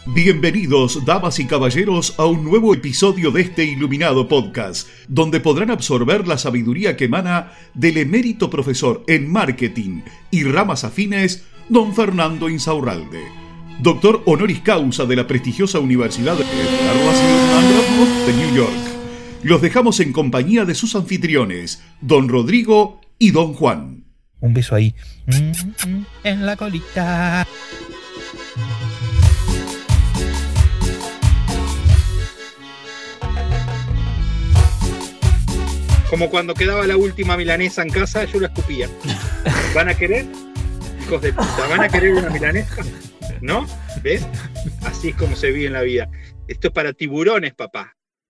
Bienvenidos, damas y caballeros, a un nuevo episodio de este iluminado podcast, donde podrán absorber la sabiduría que emana del emérito profesor en marketing y ramas afines, don Fernando Insaurralde, doctor honoris causa de la prestigiosa Universidad de New York. Los dejamos en compañía de sus anfitriones, don Rodrigo y don Juan. Un beso ahí, en la colita. Como cuando quedaba la última milanesa en casa, yo la escupía. ¿Van a querer? Hijos de puta, ¿van a querer una milanesa? ¿No? ¿Ves? Así es como se vive en la vida. Esto es para tiburones, papá.